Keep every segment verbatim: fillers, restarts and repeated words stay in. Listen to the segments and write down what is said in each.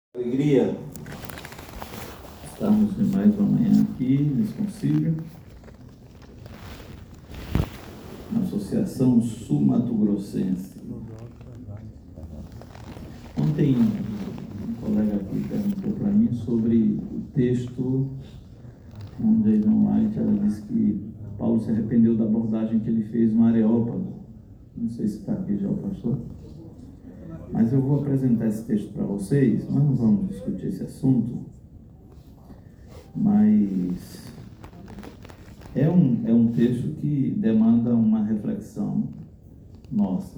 Alegria estarmos em mais uma manhã aqui nesse concílio, na Associação Sul-Mato-Grossense. Ontem um colega aqui perguntou para mim sobre o texto onde a irmã White ela disse que Paulo se arrependeu da abordagem que ele fez no Areópago. Não sei se está aqui já o pastor. Mas eu vou apresentar esse texto para vocês. Nós não vamos discutir esse assunto, mas é um, é um texto que demanda uma reflexão nossa.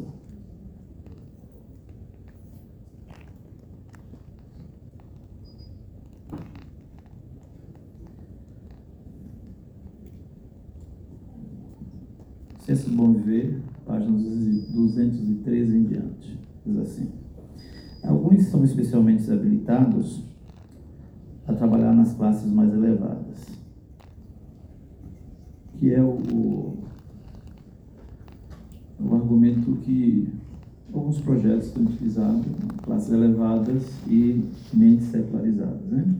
Ciência do Bom Viver, páginas duzentos e treze em diante. Diz assim: alguns são especialmente habilitados a trabalhar nas classes mais elevadas, que é o, o, o argumento que alguns projetos estão utilizados em classes elevadas e mentes secularizadas, né?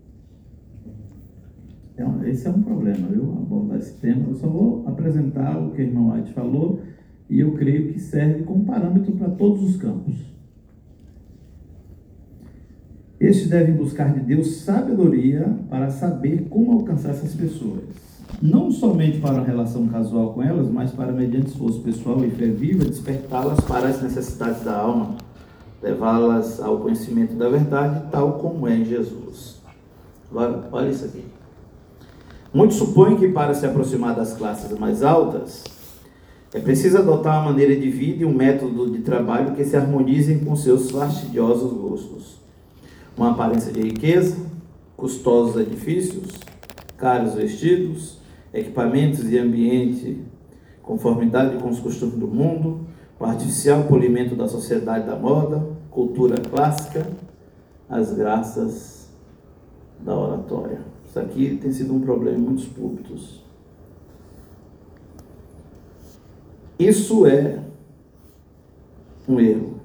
Então, esse é um problema, viu? Abordar esse tema. Eu só vou apresentar o que a irmã White falou, e eu creio que serve como parâmetro para todos os campos. Estes devem buscar de Deus sabedoria para saber como alcançar essas pessoas. Não somente para uma relação casual com elas, mas para, mediante esforço pessoal e fé viva, despertá-las para as necessidades da alma, levá-las ao conhecimento da verdade, tal como é em Jesus. Agora, olha isso aqui. Muitos supõem que para se aproximar das classes mais altas, é preciso adotar uma maneira de vida e um método de trabalho que se harmonizem com seus fastidiosos gostos. Uma aparência de riqueza, custosos edifícios, caros vestidos, equipamentos e ambiente, conformidade com os costumes do mundo, o artificial polimento da sociedade da moda, cultura clássica, as graças da oratória. Isso aqui tem sido um problema em muitos púlpitos. Isso é um erro.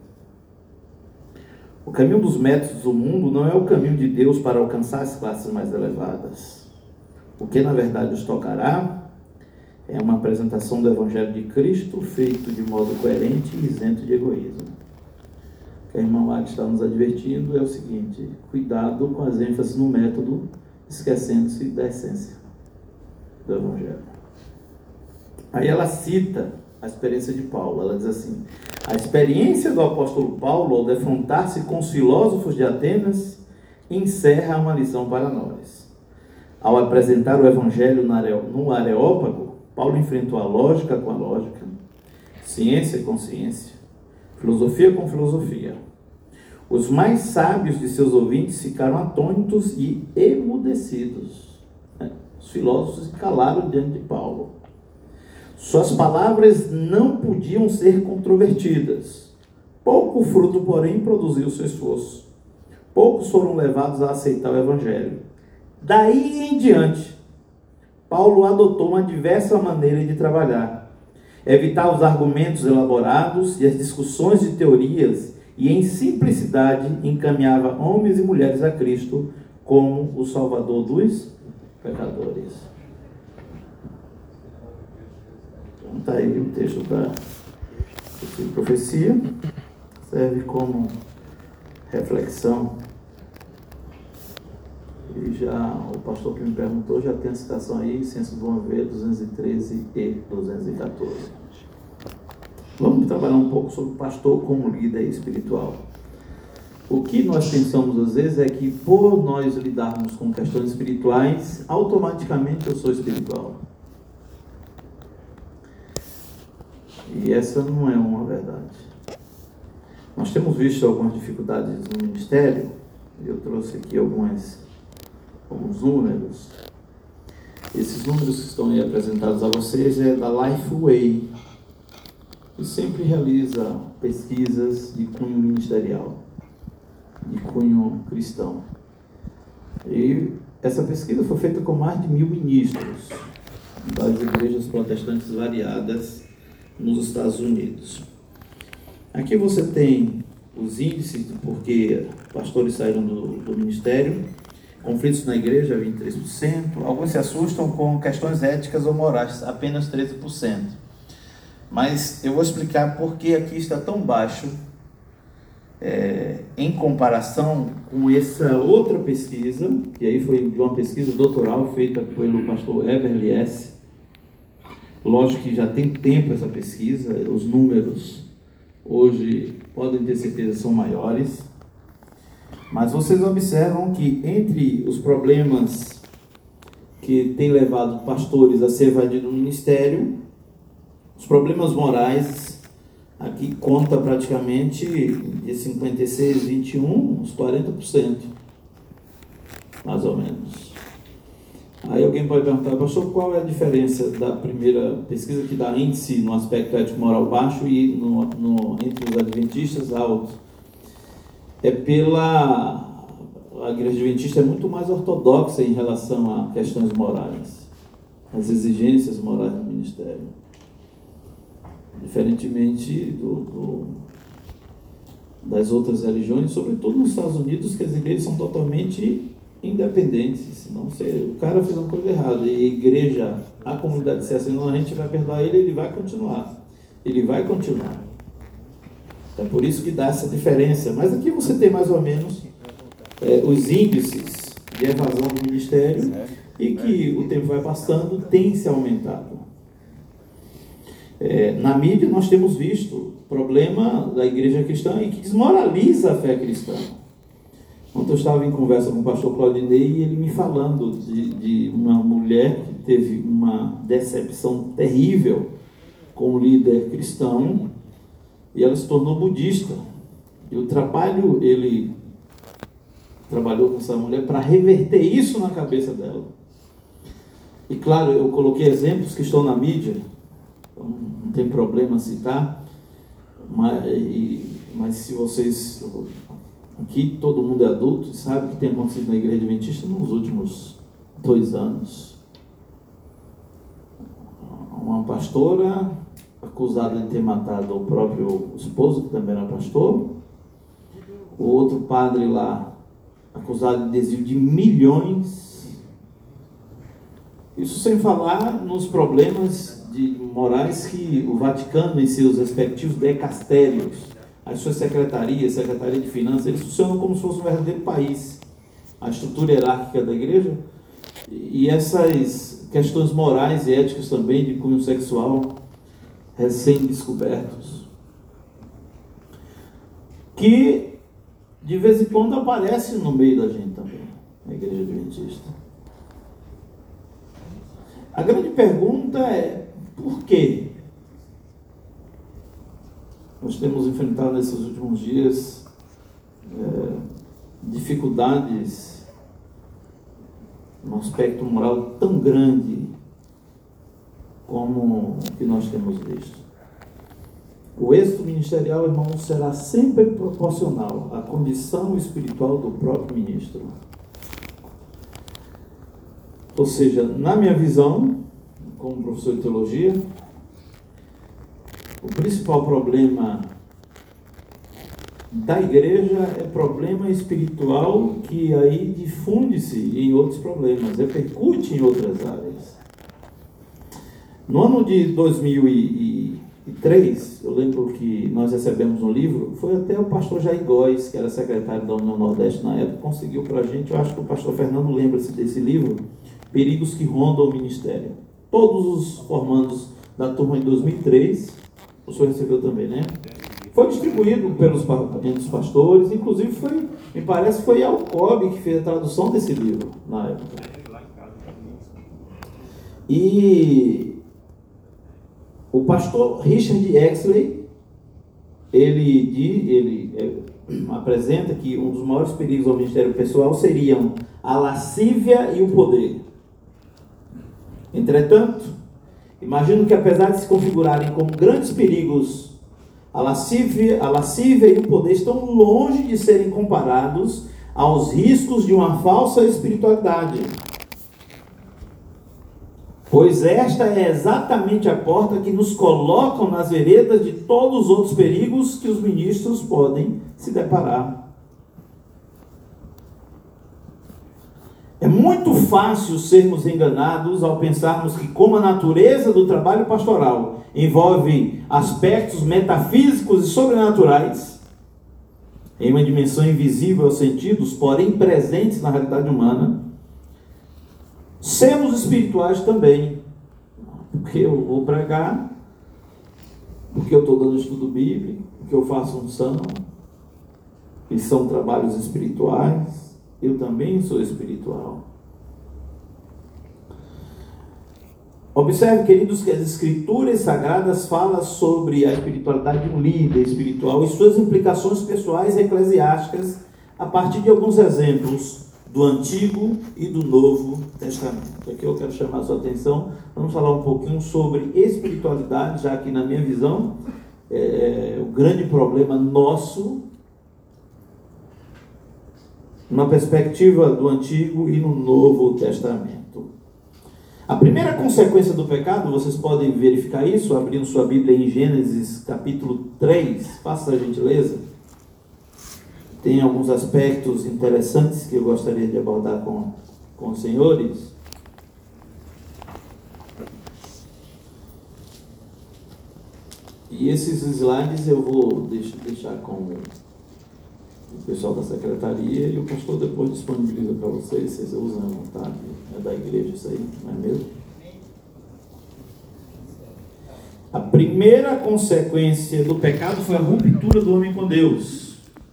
O caminho dos métodos do mundo não é o caminho de Deus para alcançar as classes mais elevadas. O que na verdade nos tocará é uma apresentação do Evangelho de Cristo feito de modo coerente e isento de egoísmo. O que a irmã White está nos advertindo é o seguinte: cuidado com as ênfases no método, esquecendo-se da essência do Evangelho. Aí ela cita a experiência de Paulo. Ela diz assim: a experiência do apóstolo Paulo ao defrontar-se com os filósofos de Atenas encerra uma lição para nós. Ao apresentar o evangelho no Areópago, Paulo enfrentou a lógica com a lógica, ciência com ciência, filosofia com filosofia. Os mais sábios de seus ouvintes ficaram atônitos e emudecidos. Os filósofos se calaram diante de Paulo. Suas palavras não podiam ser controvertidas. Pouco fruto, porém, produziu seu esforço. Poucos foram levados a aceitar o Evangelho. Daí em diante, Paulo adotou uma diversa maneira de trabalhar. Evitava os argumentos elaborados e as discussões de teorias e, em simplicidade, encaminhava homens e mulheres a Cristo como o Salvador dos pecadores. Está aí o texto da profecia, serve como reflexão. E já o pastor que me perguntou já tem a citação aí, Ciência do Bom Viver, duzentos e treze e duzentos e quatorze. Vamos trabalhar um pouco sobre o pastor como líder espiritual. O que nós pensamos às vezes é que, por nós lidarmos com questões espirituais, automaticamente eu sou espiritual. E essa não é uma verdade. Nós temos visto algumas dificuldades no ministério. Eu trouxe aqui algumas, alguns números. Esses números que estão aí apresentados a vocês é da Lifeway, que sempre realiza pesquisas de cunho ministerial, de cunho cristão. E essa pesquisa foi feita com mais de mil ministros das igrejas protestantes variadas nos Estados Unidos. Aqui você tem os índices, porque pastores saíram do, do ministério, conflitos na igreja, vinte e três por cento, alguns se assustam com questões éticas ou morais, apenas treze por cento. Mas eu vou explicar por que aqui está tão baixo, é, em comparação com essa outra pesquisa, que aí foi de uma pesquisa doutoral feita pelo pastor Everly S. Lógico que já tem tempo essa pesquisa, os números hoje podem ter certeza são maiores, mas vocês observam que entre os problemas que têm levado pastores a ser evadidos do ministério, os problemas morais, aqui conta praticamente de cinquenta e seis, vinte e um, uns quarenta por cento, mais ou menos. Aí alguém pode perguntar, pastor, qual é a diferença da primeira pesquisa que dá índice no aspecto ético-moral baixo e no, no, entre os adventistas alto? É pela... A igreja adventista é muito mais ortodoxa em relação a questões morais, as exigências morais do ministério. Diferentemente do, do, das outras religiões, sobretudo nos Estados Unidos, que as igrejas são totalmente independentes. Senão, se o cara fez uma coisa errada e a igreja, a comunidade disser assim, não, a gente vai perdoar ele, ele vai continuar. Ele vai continuar. É por isso que dá essa diferença. Mas aqui você tem mais ou menos é, os índices de evasão do ministério e que o tempo vai passando, tem se aumentado. É, na mídia nós temos visto o problema da igreja cristã e que desmoraliza a fé cristã. Ontem eu estava em conversa com o pastor Claudinei e ele me falando de, de uma mulher que teve uma decepção terrível com o líder cristão e ela se tornou budista. E o trabalho, ele trabalhou com essa mulher para reverter isso na cabeça dela. E claro, eu coloquei exemplos que estão na mídia, então não tem problema citar, mas, e, mas se vocês... Aqui todo mundo é adulto e sabe o que tem acontecido na igreja adventista nos últimos dois anos. Uma pastora acusada de ter matado o próprio esposo, que também era pastor. O outro padre lá, acusado de desvio de milhões. Isso sem falar nos problemas de morais que o Vaticano e seus respectivos decastérios, as suas secretarias, Secretaria de Finanças, eles funcionam como se fosse um verdadeiro país. A estrutura hierárquica da igreja e essas questões morais e éticas também de cunho sexual recém-descobertos, que de vez em quando aparece no meio da gente também, na igreja adventista. A grande pergunta é, por quê? Nós temos enfrentado nesses últimos dias é, dificuldades no aspecto moral tão grande como o que nós temos visto. O êxito ministerial, irmãos, será sempre proporcional à condição espiritual do próprio ministro. Ou seja, na minha visão, como professor de teologia, o principal problema da igreja é problema espiritual que aí difunde-se em outros problemas, repercute em outras áreas. No ano de dois mil e três, eu lembro que nós recebemos um livro, foi até o pastor Jair Góes, que era secretário da União Nordeste na época, conseguiu para a gente, eu acho que o pastor Fernando lembra-se desse livro, Perigos que Rondam o Ministério. Todos os formandos da turma de dois mil e três, o senhor recebeu também, né? Foi distribuído pelos entre os pastores, inclusive foi, me parece, foi a Alcobe que fez a tradução desse livro na época. E o pastor Richard Exley, ele, ele é, apresenta que um dos maiores perigos ao ministério pessoal seriam a lascívia e o poder. Entretanto, imagino que apesar de se configurarem como grandes perigos, a lascívia, a lascívia e o poder estão longe de serem comparados aos riscos de uma falsa espiritualidade. Pois esta é exatamente a porta que nos colocam nas veredas de todos os outros perigos que os ministros podem se deparar. É muito fácil sermos enganados ao pensarmos que, como a natureza do trabalho pastoral envolve aspectos metafísicos e sobrenaturais, em uma dimensão invisível aos sentidos, porém presentes na realidade humana, sermos espirituais também. Porque eu vou pregar, porque eu estou dando estudo bíblico, porque eu faço unção, e são trabalhos espirituais. Eu também sou espiritual. Observe, queridos, que as escrituras sagradas falam sobre a espiritualidade de um líder espiritual e suas implicações pessoais e eclesiásticas a partir de alguns exemplos do Antigo e do Novo Testamento. Aqui eu quero chamar a sua atenção. Vamos falar um pouquinho sobre espiritualidade, já que, na minha visão, é, o grande problema nosso, numa perspectiva do Antigo e no Novo Testamento. A primeira consequência do pecado, vocês podem verificar isso, abrindo sua Bíblia em Gênesis capítulo três, faça a gentileza. Tem alguns aspectos interessantes que eu gostaria de abordar com, com os senhores. E esses slides eu vou deixar com o pessoal da secretaria e o pastor depois disponibiliza para vocês, vocês usam à vontade. É da igreja isso aí, não é mesmo? A primeira consequência do pecado foi a ruptura do homem com Deus.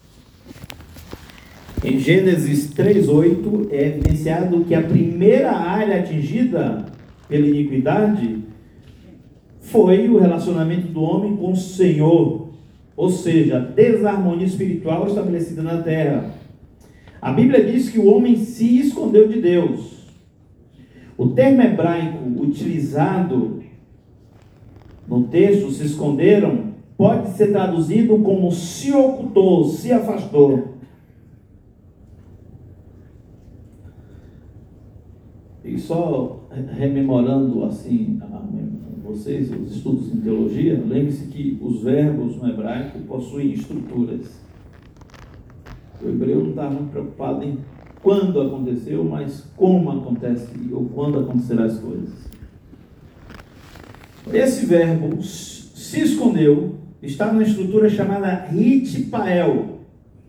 Em Gênesis três, oito é evidenciado que a primeira área atingida pela iniquidade foi o relacionamento do homem com o Senhor. Ou seja, a desarmonia espiritual estabelecida na terra. A Bíblia diz que o homem se escondeu de Deus. O termo hebraico utilizado no texto, se esconderam, pode ser traduzido como se ocultou, se afastou. E só rememorando assim vocês, os estudos em teologia, lembre-se que os verbos no hebraico possuem estruturas. O hebreu não está muito preocupado em quando aconteceu, mas como acontece ou quando acontecerão as coisas. Esse verbo se escondeu está numa estrutura chamada hitpael.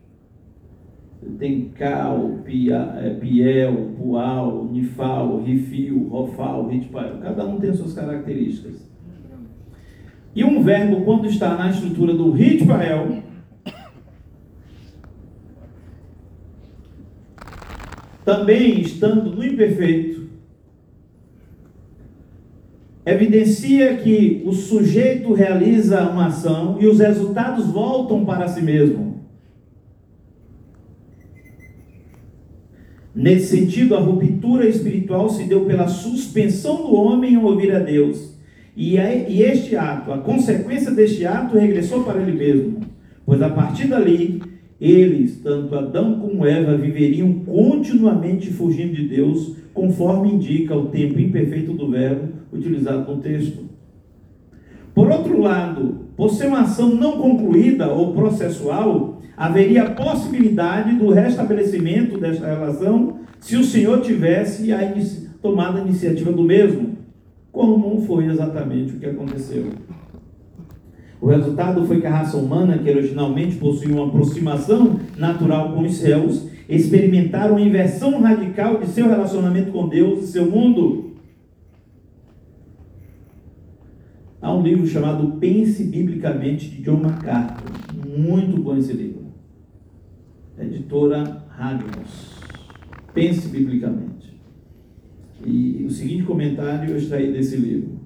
Tem cal, pia, é, piel, pual, nifal, rifio, rofal, hitpael. Cada um tem suas características. E um verbo, quando está na estrutura do hitpael, também estando no imperfeito, evidencia que o sujeito realiza uma ação e os resultados voltam para si mesmo. Nesse sentido, a ruptura espiritual se deu pela suspensão do homem em ouvir a Deus. E, e este ato, a consequência deste ato, regressou para ele mesmo. Pois a partir dali, eles, tanto Adão como Eva, viveriam continuamente fugindo de Deus, conforme indica o tempo imperfeito do verbo utilizado no texto. Por outro lado, por ser uma ação não concluída ou processual, haveria a possibilidade do restabelecimento desta relação se o Senhor tivesse a inici- tomado a iniciativa do mesmo, como não foi exatamente o que aconteceu. O resultado foi que a raça humana, que originalmente possuía uma aproximação natural com os céus, experimentaram uma inversão radical de seu relacionamento com Deus e seu mundo. Há um livro chamado Pense Biblicamente, de John MacArthur. Muito bom esse livro. Editora Radimus. Pense Biblicamente. E o seguinte comentário eu extraí desse livro.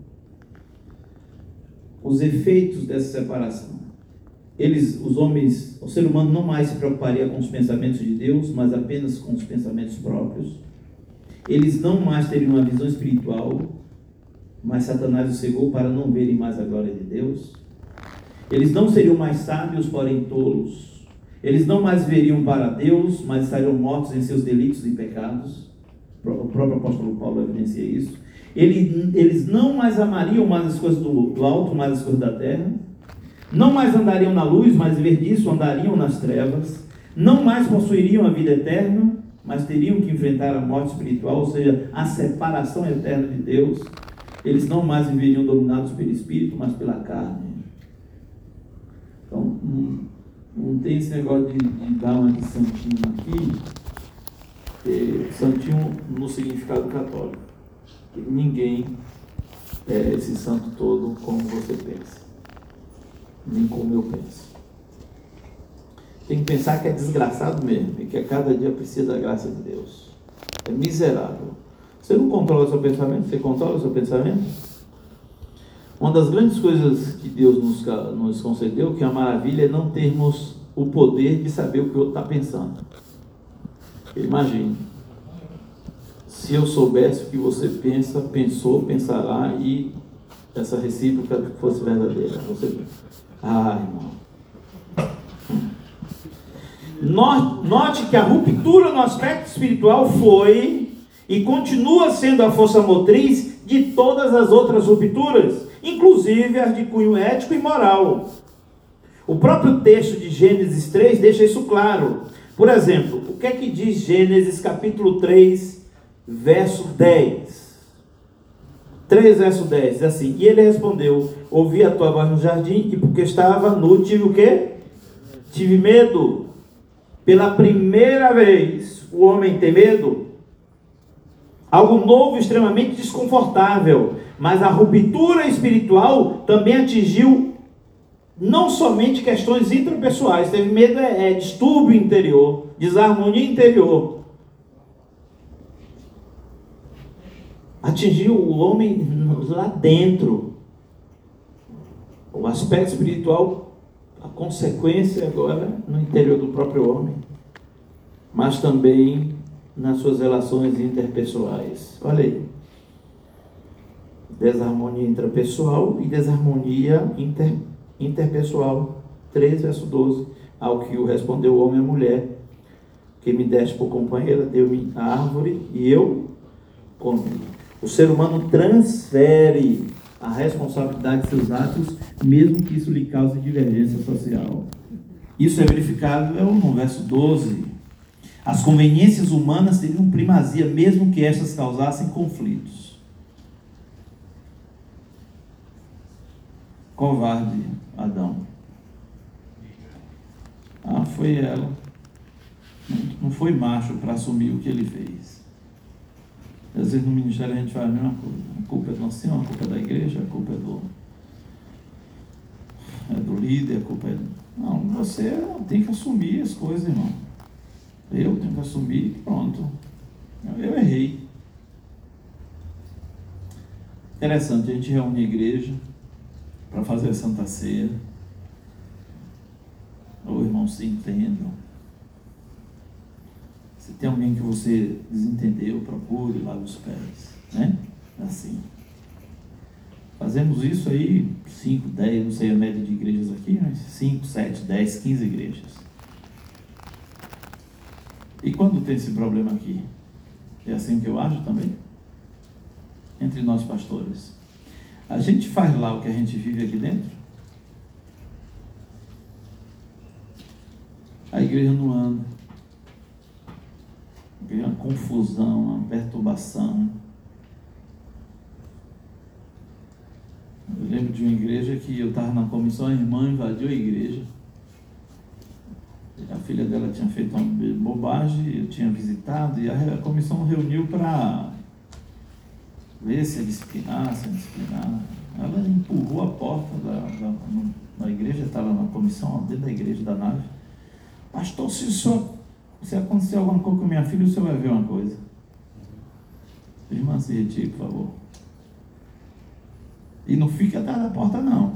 Os efeitos dessa separação. Eles, os homens, o ser humano não mais se preocuparia com os pensamentos de Deus, mas apenas com os pensamentos próprios. Eles não mais teriam uma visão espiritual, mas Satanás os cegou para não verem mais a glória de Deus. Eles não seriam mais sábios, porém tolos. Eles não mais veriam para Deus, mas estariam mortos em seus delitos e pecados. O próprio apóstolo Paulo evidencia isso. Ele, eles não mais amariam mais as coisas do, do alto, mais as coisas da terra. Não mais andariam na luz, mas em vez disso andariam nas trevas. Não mais possuiriam a vida eterna, mas teriam que enfrentar a morte espiritual, ou seja, a separação eterna de Deus. Eles não mais viveriam dominados pelo Espírito, mas pela carne. Então, não, não tem esse negócio de, de dar uma de santinho aqui, é, santinho no significado católico. Ninguém é esse santo todo como você pensa, nem como eu penso. Tem que pensar que é desgraçado mesmo, e que a cada dia precisa da graça de Deus. É miserável. Você não controla o seu pensamento? Você controla o seu pensamento? Uma das grandes coisas que Deus nos, nos concedeu, que é a maravilha, é não termos o poder de saber o que o outro está pensando. Imagine, se eu soubesse o que você pensa, pensou, pensará, e essa recíproca fosse verdadeira. Você... Ah, irmão. Note que a ruptura no aspecto espiritual foi e continua sendo a força motriz de todas as outras rupturas, inclusive as de cunho ético e moral. O próprio texto de Gênesis três deixa isso claro. Por exemplo, o que é que diz Gênesis capítulo três, verso dez? três, verso dez, diz assim: e ele respondeu: ouvi a tua voz no jardim, e porque estava nu, tive o quê? Tive medo. Pela primeira vez, o homem tem medo. Algo novo, extremamente desconfortável. Mas a ruptura espiritual também atingiu não somente questões intrapessoais. Teve medo, é, é distúrbio interior, desarmonia interior. Atingiu o homem lá dentro. O aspecto espiritual, a consequência agora no interior do próprio homem, mas também nas suas relações interpessoais. Olha aí, desarmonia intrapessoal e desarmonia inter, interpessoal. três, verso doze, ao que o respondeu o homem à mulher: que me deste por companheira, deu-me a árvore e eu comi. O ser humano transfere a responsabilidade de seus atos, mesmo que isso lhe cause divergência social. Isso é verificável no verso doze. As conveniências humanas teriam primazia, mesmo que estas causassem conflitos. Covarde, Adão. Ah, foi ela. Não foi macho para assumir o que ele fez. Às vezes no ministério a gente faz a mesma coisa. A culpa é do ancião, a culpa é da igreja, a culpa é do, é do líder, a culpa é... Não, você tem que assumir as coisas, irmão. Eu tenho que assumir, pronto. Eu errei. Interessante, a gente reúne a igreja para fazer a Santa Ceia. Ô irmão, se entendam. Se tem alguém que você desentendeu, procure, lave os pés, né? Assim. Fazemos isso aí, cinco, dez, não sei a média de igrejas aqui, mas cinco, sete, dez, quinze igrejas. E quando tem esse problema aqui? É assim que eu acho também? Entre nós pastores. A gente faz lá o que a gente vive aqui dentro? A igreja não anda. Uma confusão, uma perturbação. Eu lembro de uma igreja que eu estava na comissão, a irmã invadiu a igreja. A filha dela tinha feito uma bobagem, eu tinha visitado, e a comissão reuniu para ver se ia disciplinar, se ia disciplinar. Ela empurrou a porta da, da, da igreja, estava na comissão, dentro da igreja da nave. Pastor, se, o senhor, se acontecer alguma coisa com minha filha, o senhor vai ver uma coisa. Irmã, se retire, por favor. E não fique atrás da porta, não.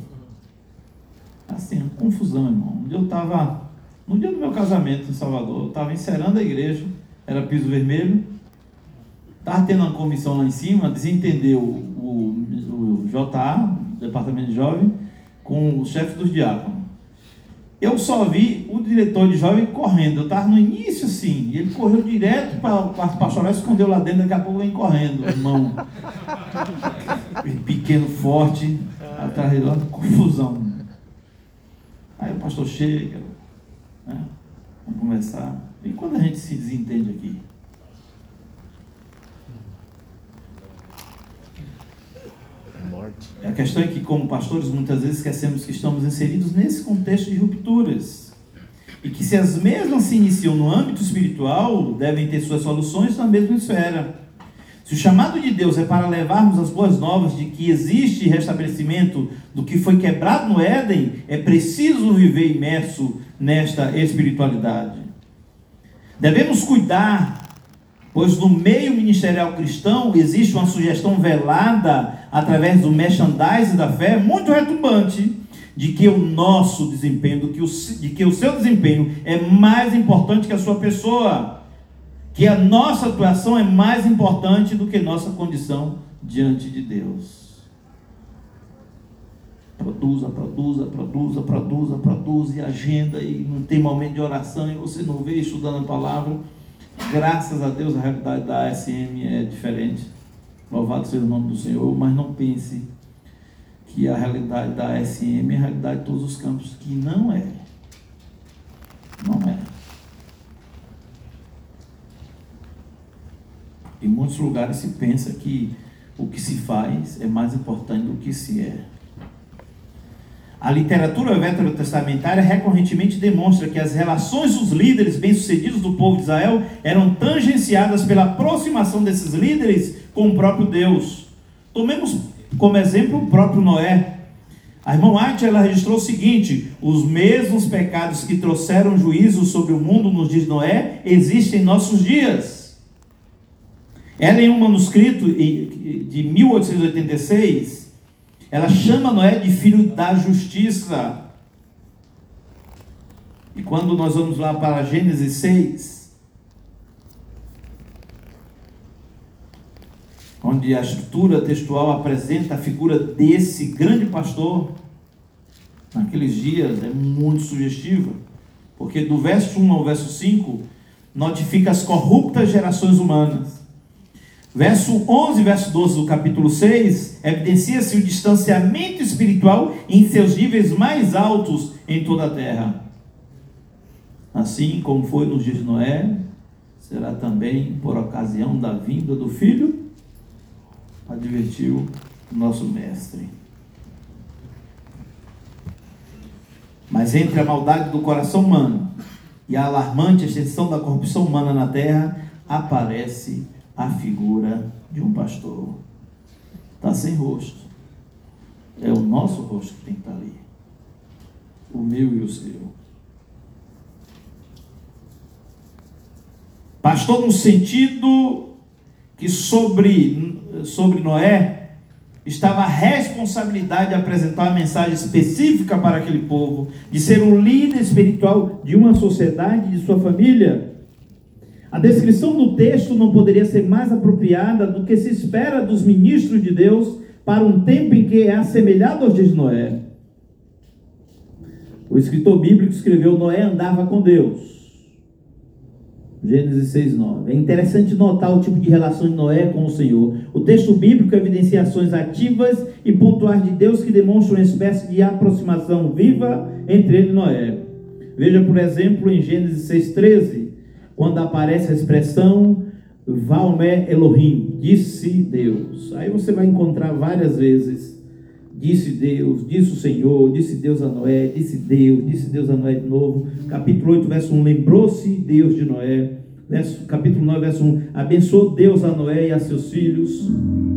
Assim, confusão, irmão. Um dia eu estava... No dia do meu casamento em Salvador, eu estava encerrando a igreja, era piso vermelho, estava tendo uma comissão lá em cima, desentendeu o, o, o J A, Departamento de Jovem, com o chefe dos diáconos. Eu só vi o diretor de jovem correndo. Eu estava no início assim, e ele correu direto para o quarto pastoral, escondeu lá dentro, daqui a pouco vem correndo, irmão. Pequeno, forte, atrás de lá, confusão. Aí o pastor chega, né? Vamos conversar. E quando a gente se desentende aqui? Morte. A questão é que, como pastores, muitas vezes esquecemos que estamos inseridos nesse contexto de rupturas. E que se as mesmas se iniciam no âmbito espiritual, devem ter suas soluções na mesma esfera. Se o chamado de Deus é para levarmos as boas novas de que existe restabelecimento do que foi quebrado no Éden, é preciso viver imerso nesta espiritualidade. Devemos cuidar, pois no meio ministerial cristão existe uma sugestão velada através do merchandising da fé muito retumbante de que o nosso desempenho, de que o, de que o seu desempenho é mais importante que a sua pessoa, que a nossa atuação é mais importante do que nossa condição diante de Deus. Produza, produza, produza, produza, produza, e agenda, e não tem momento de oração, e você não vê estudando a palavra. Graças a Deus a realidade da A S M é diferente. Louvado seja o nome do Senhor, mas não pense que a realidade da A S M é a realidade de todos os campos, que não é. Não é. Em muitos lugares se pensa que o que se faz é mais importante do que se é. A literatura veterotestamentária recorrentemente demonstra que as relações dos líderes bem-sucedidos do povo de Israel eram tangenciadas pela aproximação desses líderes com o próprio Deus. Tomemos como exemplo o próprio Noé. A irmã White, ela registrou o seguinte: os mesmos pecados que trouxeram juízo sobre o mundo nos dias de Noé existem em nossos dias. Ela, em um manuscrito de mil oitocentos e oitenta e seis, ela chama Noé de filho da justiça. E quando nós vamos lá para Gênesis seis, onde a estrutura textual apresenta a figura desse grande pastor, naqueles dias é muito sugestiva, porque do verso um ao verso cinco, notifica as corruptas gerações humanas. Verso onze e verso doze do capítulo seis, evidencia-se o distanciamento espiritual em seus níveis mais altos em toda a terra. Assim como foi nos dias de Noé, será também por ocasião da vinda do Filho, advertiu o nosso mestre. Mas entre a maldade do coração humano e a alarmante extensão da corrupção humana na terra, aparece a figura de um pastor. Está sem rosto. É o nosso rosto que tem que estar ali. O meu e o seu. Pastor no sentido que sobre, sobre Noé estava a responsabilidade de apresentar uma mensagem específica para aquele povo, de ser um líder espiritual de uma sociedade, de sua família. A descrição do texto não poderia ser mais apropriada do que se espera dos ministros de Deus para um tempo em que é assemelhado aos dias de Noé. O escritor bíblico escreveu: Noé andava com Deus. Gênesis seis, nove. É interessante notar o tipo de relação de Noé com o Senhor. O texto bíblico evidencia ações ativas e pontuais de Deus que demonstram uma espécie de aproximação viva entre ele e Noé. Veja, por exemplo, em Gênesis seis, treze, quando aparece a expressão Valmé Elohim, disse Deus. Aí você vai encontrar várias vezes: disse Deus, disse o Senhor, disse Deus a Noé, disse Deus, disse Deus a Noé de novo. Capítulo oito, verso um, lembrou-se Deus de Noé. Verso, capítulo nove, verso um, abençoou Deus a Noé e a seus filhos.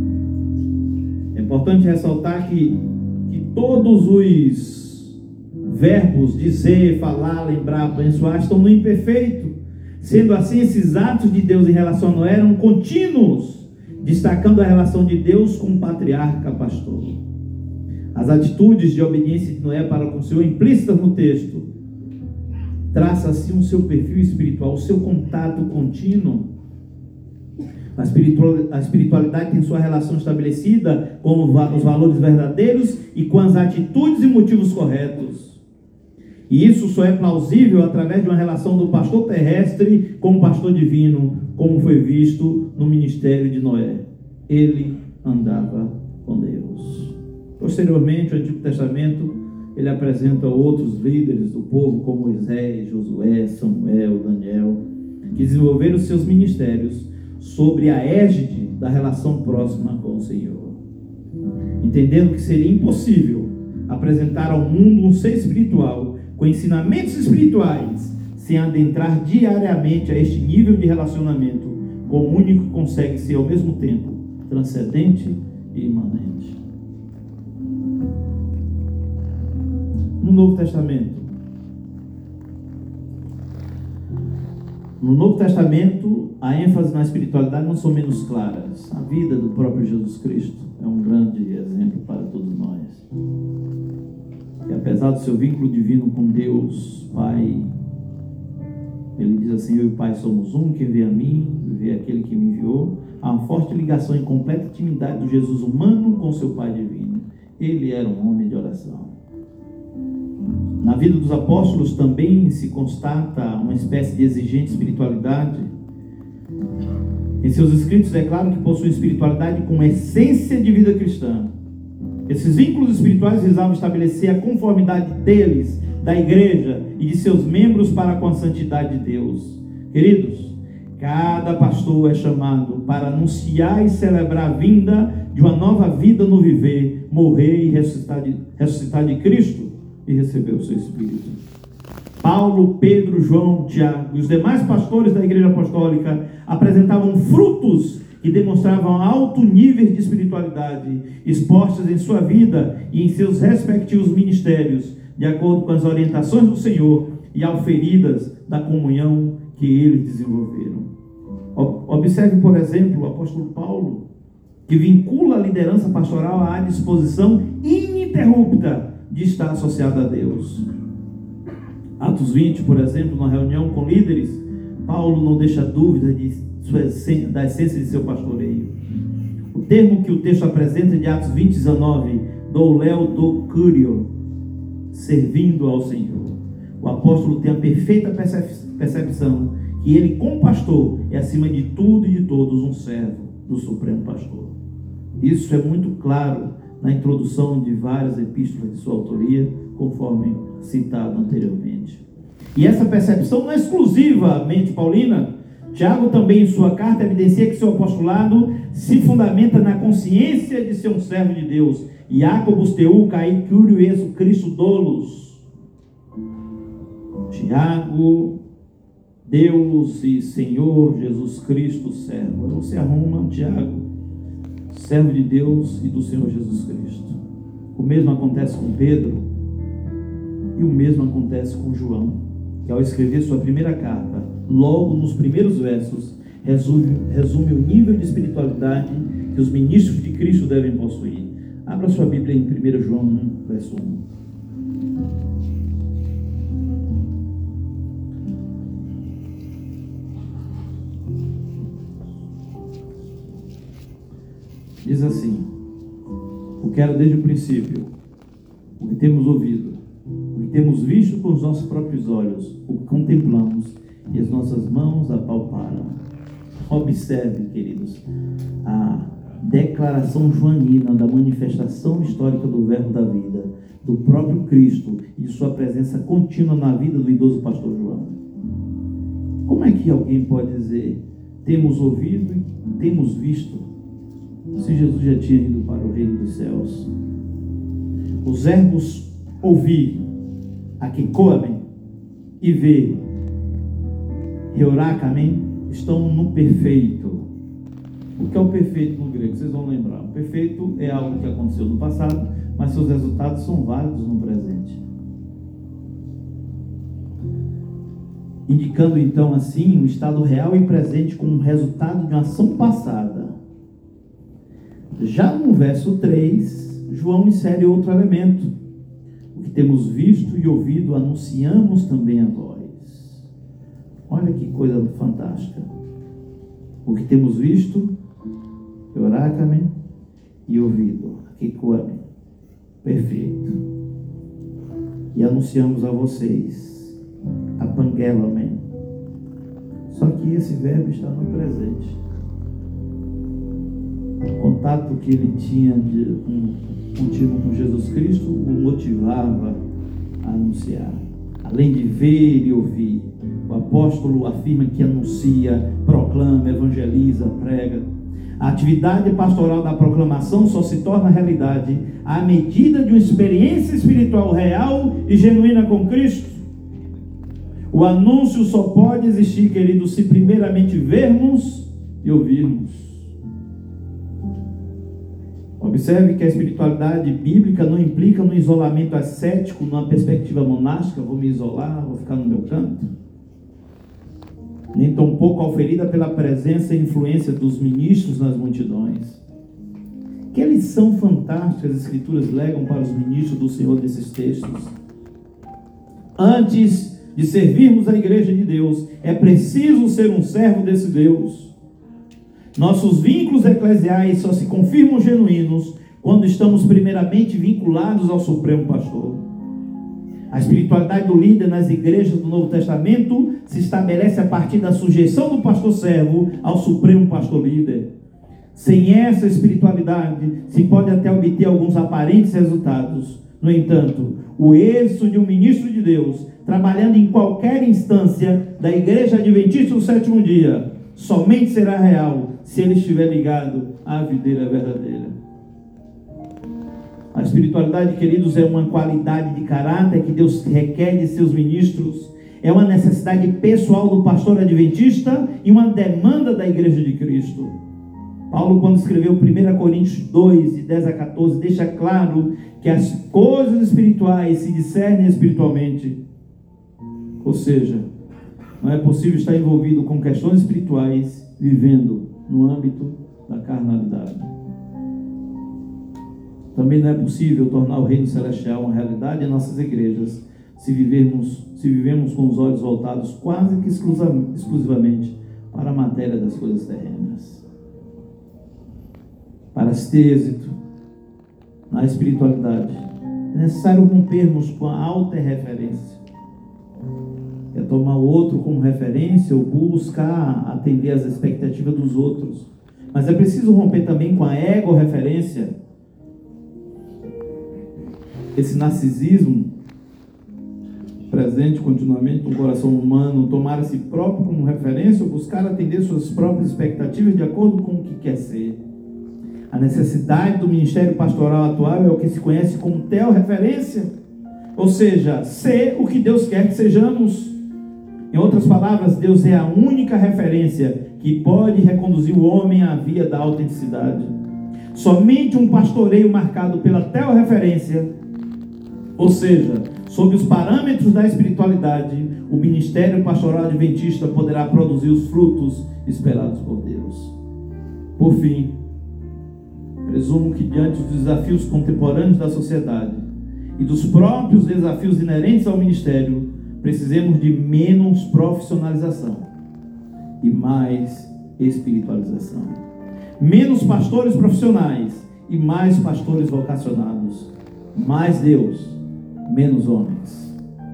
É importante ressaltar que, que todos os verbos dizer, falar, lembrar, abençoar estão no imperfeito. Sendo assim, esses atos de Deus em relação a Noé eram contínuos, destacando a relação de Deus com o patriarca pastor. As atitudes de obediência de Noé para com o Senhor, implícitas no texto, traça assim o seu perfil espiritual, o seu contato contínuo. A espiritualidade tem sua relação estabelecida com os valores verdadeiros e com as atitudes e motivos corretos. E isso só é plausível através de uma relação do pastor terrestre com o pastor divino, como foi visto no ministério de Noé. Ele andava com Deus. Posteriormente, o Antigo Testamento, ele apresenta outros líderes do povo, como Moisés, Josué, Samuel, Daniel, que desenvolveram seus ministérios sobre a égide da relação próxima com o Senhor, entendendo que seria impossível apresentar ao mundo um ser espiritual com ensinamentos espirituais sem adentrar diariamente a este nível de relacionamento com o único que consegue ser ao mesmo tempo transcendente e imanente. No Novo Testamento, No Novo Testamento, a ênfase na espiritualidade não são menos claras. A vida do próprio Jesus Cristo é um grande exemplo para todos nós. E apesar do seu vínculo divino com Deus Pai, ele diz assim: eu e o Pai somos um, quem vê a mim, vê aquele que me enviou. Há uma forte ligação e completa intimidade do Jesus humano com seu Pai divino. Ele era um homem de oração. Na vida dos apóstolos também se constata uma espécie de exigente espiritualidade. Em seus escritos é claro que possuem espiritualidade como essência de vida cristã. Esses vínculos espirituais visavam estabelecer a conformidade deles, da igreja e de seus membros para com a santidade de Deus. Queridos, cada pastor é chamado para anunciar e celebrar a vinda de uma nova vida no viver, morrer e ressuscitar de, ressuscitar de Cristo e receber o seu Espírito. Paulo, Pedro, João, Tiago e os demais pastores da igreja apostólica apresentavam frutos que demonstravam alto nível de espiritualidade expostos em sua vida e em seus respectivos ministérios, de acordo com as orientações do Senhor e auferidas da comunhão que eles desenvolveram. Observe, por exemplo, o apóstolo Paulo, que vincula a liderança pastoral à disposição ininterrupta de estar associado a Deus. Atos vinte, por exemplo, na reunião com líderes, Paulo não deixa dúvida de sua essência, da essência de seu pastoreio. O termo que o texto apresenta de Atos vinte, dezenove, do Léo do Curio, servindo ao Senhor. O apóstolo tem a perfeita percepção que ele, como pastor, é acima de tudo e de todos um servo do Supremo Pastor. Isso é muito claro na introdução de várias epístolas de sua autoria, conforme citado anteriormente. E essa percepção não é exclusivamente paulina. Tiago também, em sua carta, evidencia que seu apostolado se fundamenta na consciência de ser um servo de Deus. Iacobus teu kai curio Jesu Cristo dolos. Tiago, Deus e Senhor Jesus Cristo servo. Você arruma Tiago, servo de Deus e do Senhor Jesus Cristo. O mesmo acontece com Pedro e o mesmo acontece com João, que ao escrever sua primeira carta, logo nos primeiros versos, resume, resume o nível de espiritualidade que os ministros de Cristo devem possuir. Abra sua Bíblia em primeiro João um, verso um. Diz assim: o que era desde o princípio, o que temos ouvido, o que temos visto com os nossos próprios olhos, o que contemplamos e as nossas mãos apalparam. Observe, queridos, a declaração joanina da manifestação histórica do verbo da vida, do próprio Cristo e de sua presença contínua na vida do idoso pastor João. Como é que alguém pode dizer temos ouvido e temos visto, se Jesus já tinha ido para o reino dos céus? Os verbos ouvir, akikoamen, e ver, heurakamen, estão no perfeito. O que é o perfeito no grego? Vocês vão lembrar. O perfeito é algo que aconteceu no passado, mas seus resultados são válidos no presente. Indicando então assim um estado real e presente como um resultado de uma ação passada. Já no verso três, João insere outro elemento. O que temos visto e ouvido, anunciamos também a vós. Olha que coisa fantástica. O que temos visto, e ouvido, perfeito. e anunciamos a vocês a Pangelomai. Só que esse verbo está no presente. O contato que ele tinha de, um, contínuo com Jesus Cristo o motivava a anunciar. Além de ver e ouvir, o apóstolo afirma que anuncia, proclama, evangeliza, prega. A atividade pastoral da proclamação só se torna realidade à medida de uma experiência espiritual real e genuína com Cristo. O anúncio só pode existir, queridos, se primeiramente vermos e ouvirmos. Observe que a espiritualidade bíblica não implica no isolamento ascético, numa perspectiva monástica, vou me isolar, vou ficar no meu canto. Nem tampouco auferida pela presença e influência dos ministros nas multidões. Que lição fantástica as Escrituras legam para os ministros do Senhor desses textos. Antes de servirmos a igreja de Deus, é preciso ser um servo desse Deus. Nossos vínculos eclesiais só se confirmam genuínos quando estamos primeiramente vinculados ao Supremo Pastor. A espiritualidade do líder nas igrejas do Novo Testamento se estabelece a partir da sujeição do pastor servo ao Supremo Pastor líder. Sem essa espiritualidade, se pode até obter alguns aparentes resultados. No entanto, o êxito de um ministro de Deus, trabalhando em qualquer instância da Igreja Adventista do Sétimo Dia, somente será real se ele estiver ligado à videira verdadeira. A espiritualidade, queridos, é uma qualidade de caráter que Deus requer de seus ministros. É uma necessidade pessoal do pastor adventista e uma demanda da Igreja de Cristo. Paulo, quando escreveu primeira Coríntios dois, de dez a quatorze, deixa claro que as coisas espirituais se discernem espiritualmente. Ou seja, não é possível estar envolvido com questões espirituais vivendo no âmbito da carnalidade. Também não é possível tornar o reino celestial uma realidade em nossas igrejas se vivermos, se vivemos com os olhos voltados quase que exclusivamente para a matéria das coisas terrenas. Para se ter êxito na espiritualidade, é necessário rompermos com a autorreferência. É tomar o outro como referência ou buscar atender às expectativas dos outros. Mas é preciso romper também com a ego-referência. Esse narcisismo presente continuamente no coração humano, tomar a si próprio como referência ou buscar atender suas próprias expectativas de acordo com o que quer ser. A necessidade do ministério pastoral atual é o que se conhece como teorreferência, ou seja, ser o que Deus quer que sejamos. Em outras palavras, Deus é a única referência que pode reconduzir o homem à via da autenticidade. Somente um pastoreio marcado pela teorreferência, ou seja, sob os parâmetros da espiritualidade, o ministério pastoral adventista poderá produzir os frutos esperados por Deus. Por fim, presumo que diante dos desafios contemporâneos da sociedade e dos próprios desafios inerentes ao ministério, precisemos de menos profissionalização e mais espiritualização. Menos pastores profissionais e mais pastores vocacionados. Mais Deus, menos homens.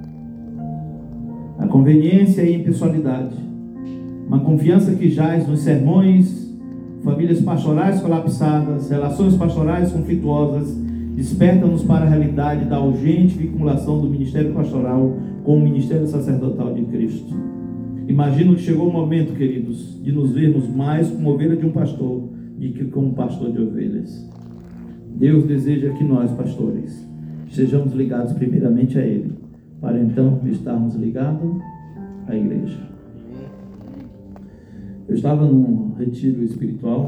A conveniência e a impessoalidade, uma confiança que jaz nos sermões, famílias pastorais colapsadas, relações pastorais conflituosas, desperta-nos para a realidade da urgente vinculação do ministério pastoral com o ministério sacerdotal de Cristo. Imagino que chegou o momento, queridos, de nos vermos mais como ovelha de um pastor do que como pastor de ovelhas. Deus deseja que nós, pastores, sejamos ligados primeiramente a Ele, para então estarmos ligados à igreja. Eu estava num retiro espiritual,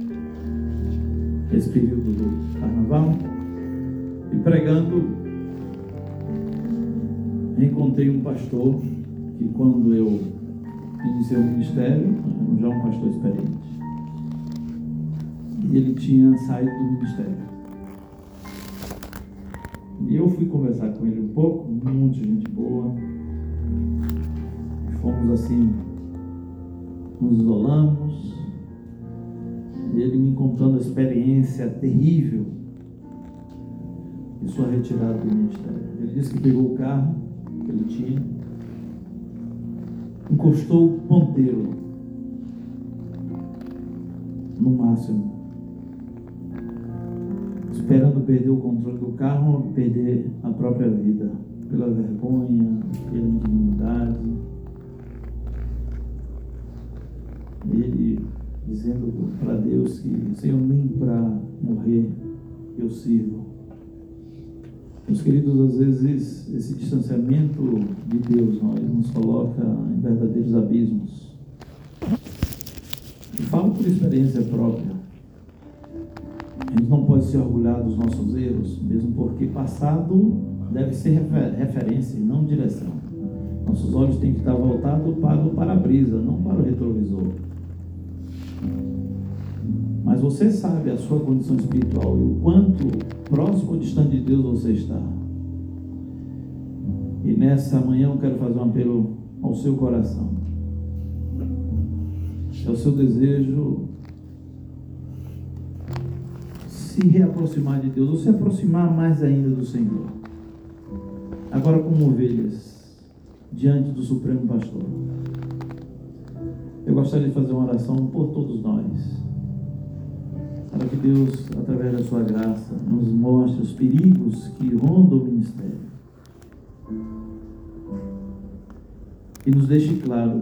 nesse período do carnaval, e pregando, encontrei um pastor que, quando eu iniciei o ministério, já um pastor experiente, e ele tinha saído do ministério. E eu fui conversar com ele um pouco, muita gente boa, fomos assim, nos isolamos, e ele me contando a experiência terrível e sua retirada do ministério. Ele disse que pegou o carro que ele tinha, encostou o ponteiro no máximo, esperando perder o controle do carro, perder a própria vida, pela vergonha, pela indignidade. Ele dizendo para Deus que, Senhor, nem para morrer eu sirvo. Meus queridos, às vezes esse distanciamento de Deus nós nos coloca em verdadeiros abismos. E falo por experiência própria. A gente não pode se orgulhar dos nossos erros, mesmo porque passado deve ser refer- referência e não direção. Nossos olhos têm que estar voltados para o para-brisa, não para o retrovisor. Mas você sabe a sua condição espiritual e o quanto próximo ou distante de Deus você está. E nessa manhã eu quero fazer um apelo ao seu coração. É o seu desejo se reaproximar de Deus, ou se aproximar mais ainda do Senhor. Agora como ovelhas, diante do Supremo Pastor. Eu gostaria de fazer uma oração por todos nós, para que Deus, através da sua graça, nos mostre os perigos que rondam o ministério e nos deixe claro